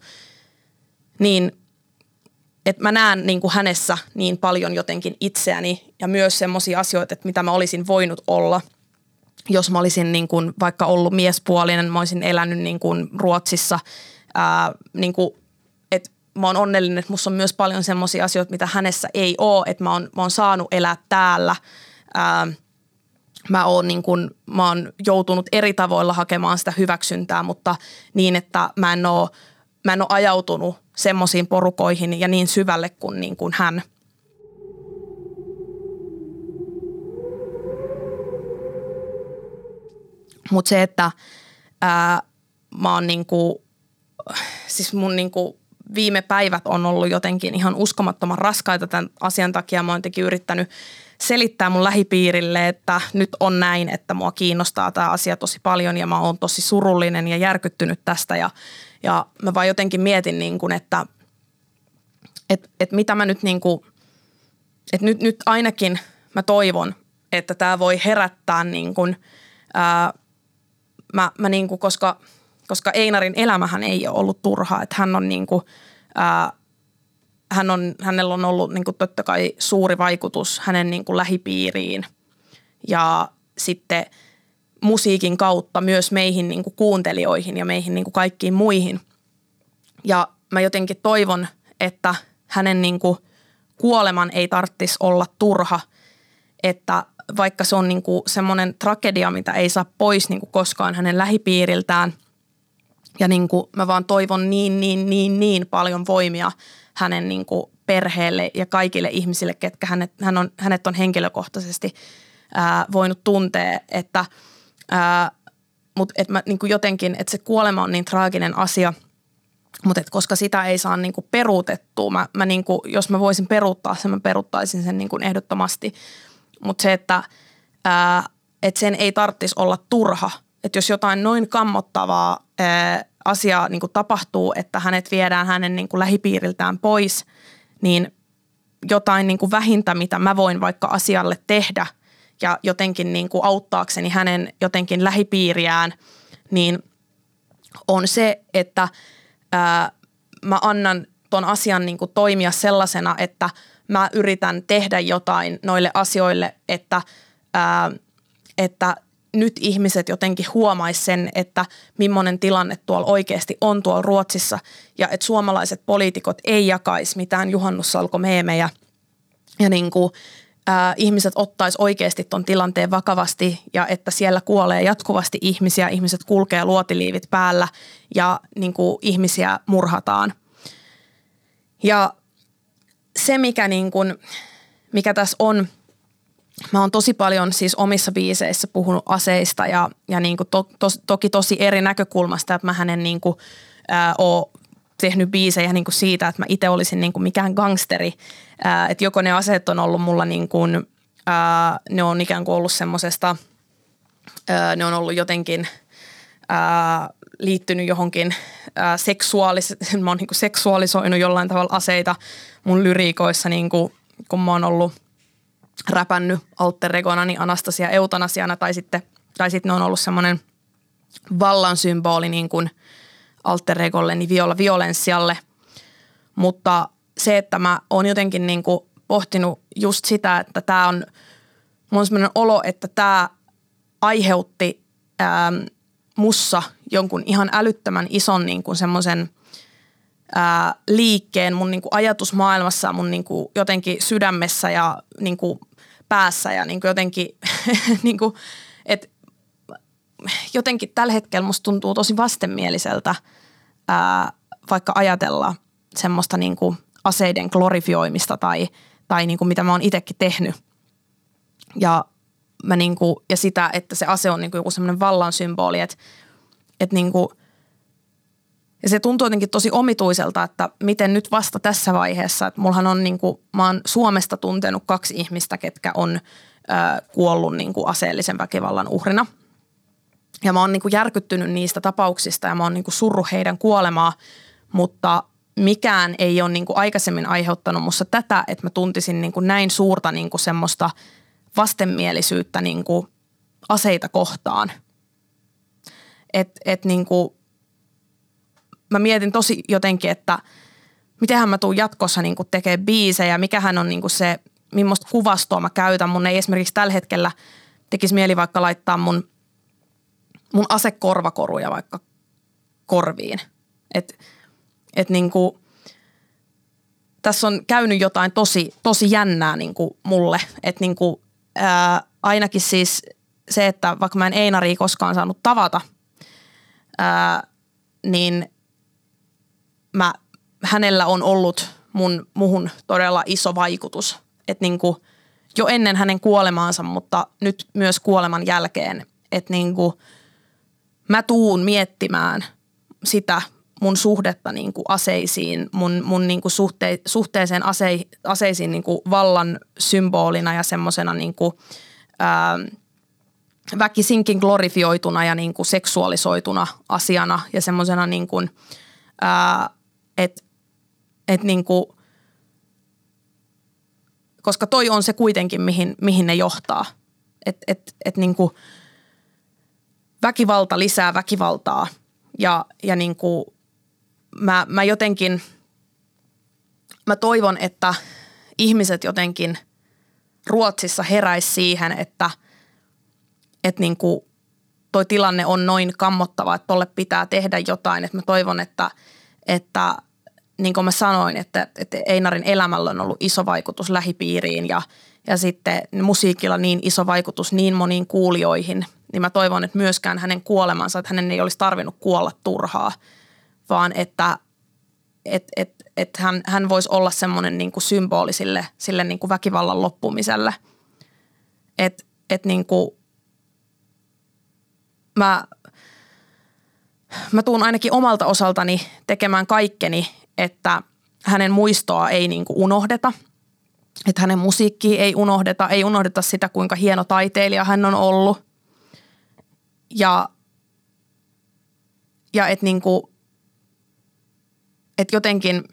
Niin, että mä näen niin kuin hänessä niin paljon jotenkin itseäni ja myös semmoisia asioita, että mitä mä olisin voinut olla, jos mä olisin niin kuin vaikka ollut miespuolinen, mä olisin elänyt niin kuin Ruotsissa, ää, niin kuin mä oon onnellinen, että musta on myös paljon semmoisia asioita, mitä hänessä ei ole, että mä oon, mä oon saanut elää täällä. Ää, mä, oon niin kun, mä oon joutunut eri tavoilla hakemaan sitä hyväksyntää, mutta niin, että mä en oo, mä en oo ajautunut semmoisiin porukoihin ja niin syvälle kuin, niin kuin hän. Mutta se, että ää, mä oon niinku, siis mun niinku viime päivät on ollut jotenkin ihan uskomattoman raskaita tämän asian takia. Mä oon jotenkin yrittänyt selittää mun lähipiirille, että nyt on näin, että mua kiinnostaa tämä asia tosi paljon ja mä oon tosi surullinen ja järkyttynyt tästä. Ja, ja mä vaan jotenkin mietin, niin kuin, että et, et mitä mä nyt, niin kuin, että nyt, nyt ainakin mä toivon, että tämä voi herättää, niin kuin, ää, mä, mä niin kuin, koska... koska Einarin elämähän ei ole ollut turhaa, että hän on niin kuin, ää, hän on, hänellä on ollut niin kuin totta kai suuri vaikutus hänen niin kuin lähipiiriin ja sitten musiikin kautta myös meihin niin kuin kuuntelijoihin ja meihin niin kuin kaikkiin muihin. Ja mä jotenkin toivon, että hänen niin kuin kuoleman ei tarvitsisi olla turha, että vaikka se on niin kuin semmoinen tragedia, mitä ei saa pois niin kuin koskaan hänen lähipiiriltään, ja niin kuin mä vaan toivon niin, niin, niin, niin paljon voimia hänen niin kuin perheelle ja kaikille ihmisille, ketkä hänet, hän on, hänet on henkilökohtaisesti ää, voinut tuntea, että ää, mut, et mä, niin kuin jotenkin, että se kuolema on niin traaginen asia, mutta et koska sitä ei saa niin kuin peruutettua, mä, mä niin kuin, jos mä voisin peruuttaa sen, mä peruuttaisin sen niin kuin ehdottomasti, mutta se, että ää, et sen ei tarvitsisi olla turha. Että jos jotain noin kammottavaa ää, asiaa niin kuin tapahtuu, että hänet viedään hänen niin kuin lähipiiriltään pois, niin jotain niin kuin vähintä, mitä mä voin vaikka asialle tehdä ja jotenkin niin kuin auttaakseni hänen jotenkin lähipiiriään, niin on se, että ää, mä annan ton asian niin kuin toimia sellaisena, että mä yritän tehdä jotain noille asioille, että, ää, että nyt ihmiset jotenkin huomaisi sen, että millainen tilanne tuolla oikeasti on tuolla Ruotsissa ja että suomalaiset poliitikot ei jakaisi mitään juhannussalkomeemejä ja niin kuin, ää, ihmiset ottais oikeasti ton tilanteen vakavasti ja että siellä kuolee jatkuvasti ihmisiä, ihmiset kulkee luotiliivit päällä ja niin kuin ihmisiä murhataan. Ja se, mikä, niin kuin, mikä tässä on, mä oon tosi paljon siis omissa biiseissä puhunut aseista ja, ja niin kuin to, to, toki tosi eri näkökulmasta, että mä en niin kuin, ää, ole tehnyt biisejä niin kuin siitä, että mä itse olisin niin kuin mikään gangsteri, ää, että joko ne aseet on ollut mulla niin kuin, ää, ne on ikään kuin ollut semmosesta, ää, ne on ollut jotenkin ää, liittynyt johonkin ää, seksuaalis- mä oon niin kuin seksuaalisoinut jollain tavalla aseita mun lyriikoissa, niin kuin, kun mä oon ollut räpännyt alter egonani Anastasia eutanasiana tai sitten, tai sitten ne on ollut semmoinen vallan symboli niin kuin alter egolleni Viola Violenssialle, mutta se, että mä oon jotenkin niin kuin pohtinut just sitä, että tää on, mulla on semmoinen olo, että tää aiheutti ää, mussa jonkun ihan älyttömän ison niin kuin semmoisen ää, liikkeen mun niin kuin ajatusmaailmassa, mun niin kuin jotenkin sydämessä ja niin kuin päässä ja niin kuin jotenkin, niin kuin, että jotenkin tällä hetkellä musta tuntuu tosi vastenmieliseltä ää, vaikka ajatella semmoista niin kuin aseiden glorifioimista tai, tai niin kuin mitä mä oon itsekin tehnyt. Ja, mä niin kuin, ja sitä, että se ase on niin kuin joku semmoinen vallan symboli, että, että niin kuin, ja se tuntuu jotenkin tosi omituiselta, että miten nyt vasta tässä vaiheessa, että mullahan on niin kuin, mä oon Suomesta tuntenut kaksi ihmistä, ketkä on ää, kuollut niin kuin aseellisen väkivallan uhrina. Ja mä oon niin kuin järkyttynyt niistä tapauksista ja mä oon niin kuin surru heidän kuolemaa, mutta mikään ei ole niin kuin aikaisemmin aiheuttanut musta tätä, että mä tuntisin niin kuin näin suurta niin kuin semmoista vastenmielisyyttä niin kuin aseita kohtaan. Että et niin kuin mä mietin tosi jotenkin, että mitenhän mä tuun jatkossa niin kuin tekemään biisejä, mikähän on niin kuin se, millaista kuvastoa mä käytän. Mun ei esimerkiksi tällä hetkellä tekisi mieli vaikka laittaa mun, mun asekorvakoruja vaikka korviin. Että et niin kuin tässä on käynyt jotain tosi, tosi jännää niin kuin mulle. Että niin kuin, ää, ainakin siis se, että vaikka mä en Einaria koskaan saanut tavata, ää, niin mä, hänellä on ollut mun, muhun todella iso vaikutus. Että niin kuin jo ennen hänen kuolemaansa, mutta nyt myös kuoleman jälkeen. Että niin kuin mä tuun miettimään sitä mun suhdetta niin kuin aseisiin, mun, mun niin kuin suhte, suhteeseen ase, aseisiin niin kuin vallan symbolina ja semmoisena niin kuin, ää, väkisinkin glorifioituna ja niin kuin seksuaalisoituna asiana ja semmoisena niin kuin, että et niin kuin, koska toi on se kuitenkin, mihin, mihin ne johtaa. Että et, et niin kuin väkivalta lisää väkivaltaa ja, ja niin kuin mä, mä jotenkin, mä toivon, että ihmiset jotenkin Ruotsissa heräisi siihen, että et niin kuin toi tilanne on noin kammottava, että tolle pitää tehdä jotain. Että mä toivon, että, että niin kuin mä sanoin, että, että Einarin elämällä on ollut iso vaikutus lähipiiriin ja, ja sitten musiikilla niin iso vaikutus niin moniin kuulijoihin, niin mä toivon, että myöskään hänen kuolemansa, että hänen ei olisi tarvinnut kuolla turhaa, vaan että et, et, et hän, hän voisi olla semmoinen niin kuin symboli sille, sille niin kuin väkivallan loppumiselle. Että et niin kuin mä, mä tuun ainakin omalta osaltani tekemään kaikkeni, että hänen muistoa ei niin kuin unohdeta, että hänen musiikkia ei unohdeta, ei unohdeta sitä, kuinka hieno taiteilija hän on ollut. Ja, ja että niin kuin, että jotenkin,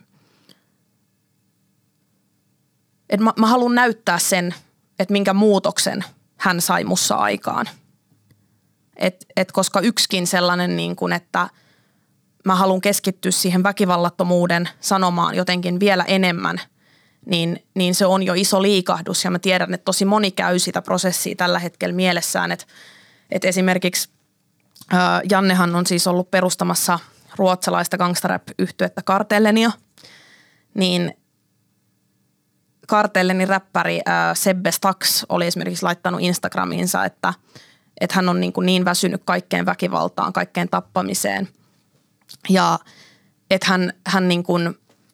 että mä, mä haluan näyttää sen, että minkä muutoksen hän sai mussa aikaan. Et, et koska yksikin sellainen, niin kuin, että mä haluan keskittyä siihen väkivallattomuuden sanomaan jotenkin vielä enemmän, niin, niin se on jo iso liikahdus. Ja mä tiedän, että tosi moni käy sitä prosessia tällä hetkellä mielessään. Että et esimerkiksi ää, Jannehan on siis ollut perustamassa ruotsalaista gangsterrap-yhtyettä Kartellenia, niin Kartellin räppäri äh, Sebbe Stax oli esimerkiksi laittanut Instagramiinsa, että, että hän on niin, kuin niin väsynyt kaikkeen väkivaltaan, kaikkeen tappamiseen. Ja että hän, hän, niin kuin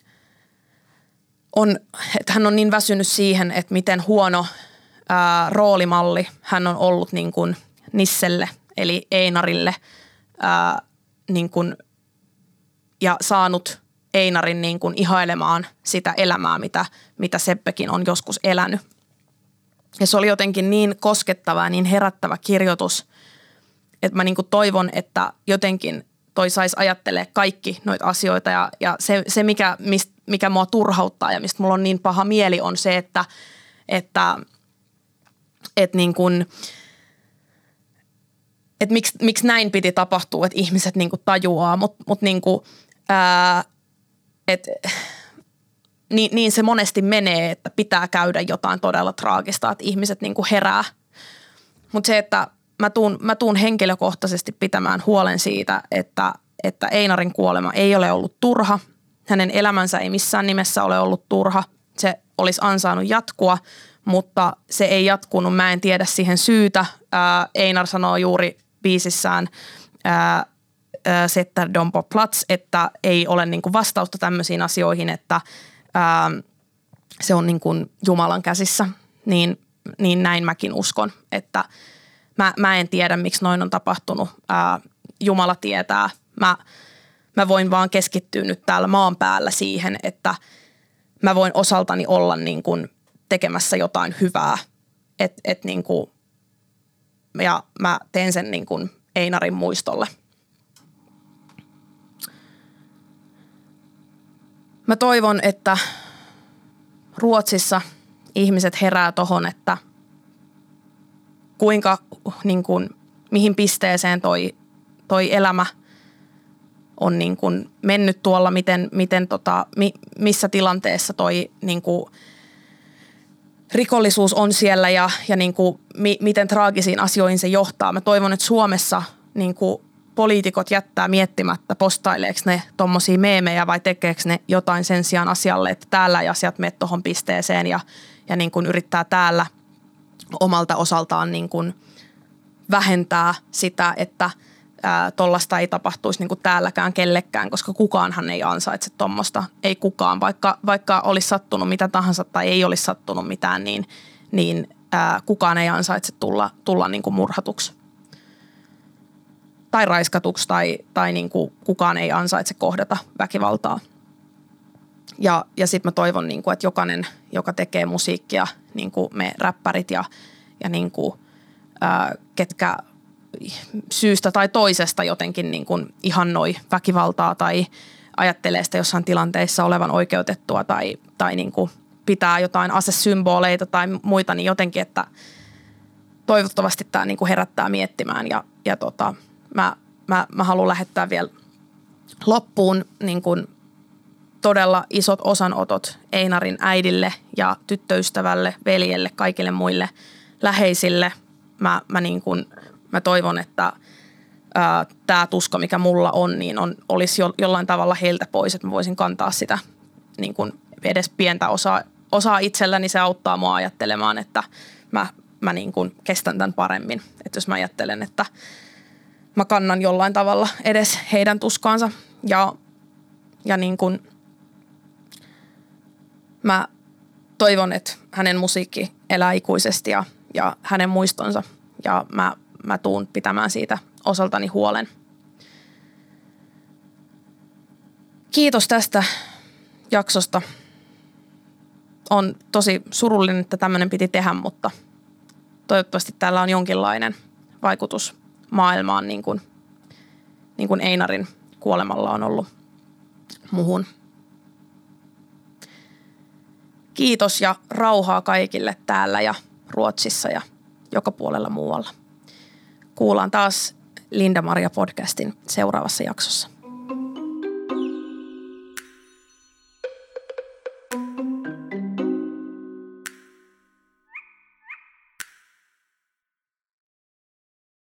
on, että hän on niin väsynyt siihen, että miten huono ää, roolimalli hän on ollut niin kuin Nisselle, eli Einarille, ää, niin kuin, ja saanut Einarin niin kuin ihailemaan sitä elämää, mitä, mitä Seppekin on joskus elänyt. Ja se oli jotenkin niin koskettava ja niin herättävä kirjoitus, että mä niin kuin toivon, että jotenkin toi saisi ajattelee kaikki noita asioita ja, ja se, se mikä, mist, mikä mua turhauttaa ja mistä mulla on niin paha mieli on se, että, että, että niin kuin, että miksi, miksi näin piti tapahtua, että ihmiset niin kuin tajuaa, mutta mut niin kuin, ää, et, niin, niin se monesti menee, että pitää käydä jotain todella traagista, että ihmiset niin kuin herää. Mutta se, että mä tuun, mä tuun henkilökohtaisesti pitämään huolen siitä, että, että Einarin kuolema ei ole ollut turha. Hänen elämänsä ei missään nimessä ole ollut turha. Se olisi ansainnut jatkua, mutta se ei jatkunut. Mä en tiedä siihen syytä. Ää, Einar sanoo juuri biisissään ää, Sätter dem på plats, että ei ole niin kuin vastausta tämmöisiin asioihin, että ää, se on niin kuin Jumalan käsissä. Niin, niin näin mäkin uskon, että Mä, mä en tiedä, miksi noin on tapahtunut. Ää, Jumala tietää. Mä, mä voin vaan keskittyä nyt täällä maan päällä siihen, että mä voin osaltani olla niin kuin tekemässä jotain hyvää. Et, et niin kuin, ja mä teen sen niin kuin Einarin muistolle. Mä toivon, että Ruotsissa ihmiset herää tohon, että kuinka, niin kuin, mihin pisteeseen toi, toi elämä on niin kuin mennyt tuolla, miten, miten tota, mi, missä tilanteessa toi niin kuin rikollisuus on siellä ja, ja niin kuin, mi, miten traagisiin asioihin se johtaa. Mä toivon, että Suomessa niin kuin poliitikot jättää miettimättä, postaileeko ne tommosia meemejä vai tekeekö ne jotain sen sijaan asialle, että täällä ei asiat mene tohon pisteeseen ja, ja niin kuin yrittää täällä omalta osaltaan niin kuin vähentää sitä, että tuollaista ei tapahtuisi niin kuin täälläkään kellekään, koska kukaanhan ei ansaitse tuommoista. Ei kukaan, vaikka, vaikka olisi sattunut mitä tahansa tai ei olisi sattunut mitään, niin, niin ää, kukaan ei ansaitse tulla, tulla niin kuin murhatuksi. Tai raiskatuksi tai, tai niin kuin kukaan ei ansaitse kohdata väkivaltaa. Ja, ja sitten mä toivon, niin kuin, että jokainen, joka tekee musiikkia, niin kuin me räppärit ja, ja niin kuin, ää, ketkä syystä tai toisesta jotenkin niin kuin ihannoi väkivaltaa tai ajattelee sitä jossain tilanteissa olevan oikeutettua tai, tai niin kuin pitää jotain asesymboleita tai muita, niin jotenkin, että toivottavasti tämä niin kuin herättää miettimään ja, ja tota, mä, mä, mä haluan lähettää vielä loppuun niin kuin todella isot osanotot Einarin äidille ja tyttöystävälle, veljelle, kaikille muille läheisille. Mä, mä, niin kuin, mä toivon, että tämä tuska, mikä mulla on, niin on, olisi jo, jollain tavalla heiltä pois, että mä voisin kantaa sitä niin kuin edes pientä osaa, osaa itselläni. Se auttaa mua ajattelemaan, että mä, mä niin kuin kestän tämän paremmin. Että jos mä ajattelen, että mä kannan jollain tavalla edes heidän tuskaansa ja, ja niin kuin mä toivon, että hänen musiikki elää ikuisesti ja, ja hänen muistonsa ja mä, mä tuun pitämään siitä osaltani huolen. Kiitos tästä jaksosta. On tosi surullinen, että tämmöinen piti tehdä, mutta toivottavasti täällä on jonkinlainen vaikutus maailmaan, niin kuin, niin kuin Einarin kuolemalla on ollut muhun. Kiitos ja rauhaa kaikille täällä ja Ruotsissa ja joka puolella muualla. Kuullaan taas Linda Maria podcastin seuraavassa jaksossa.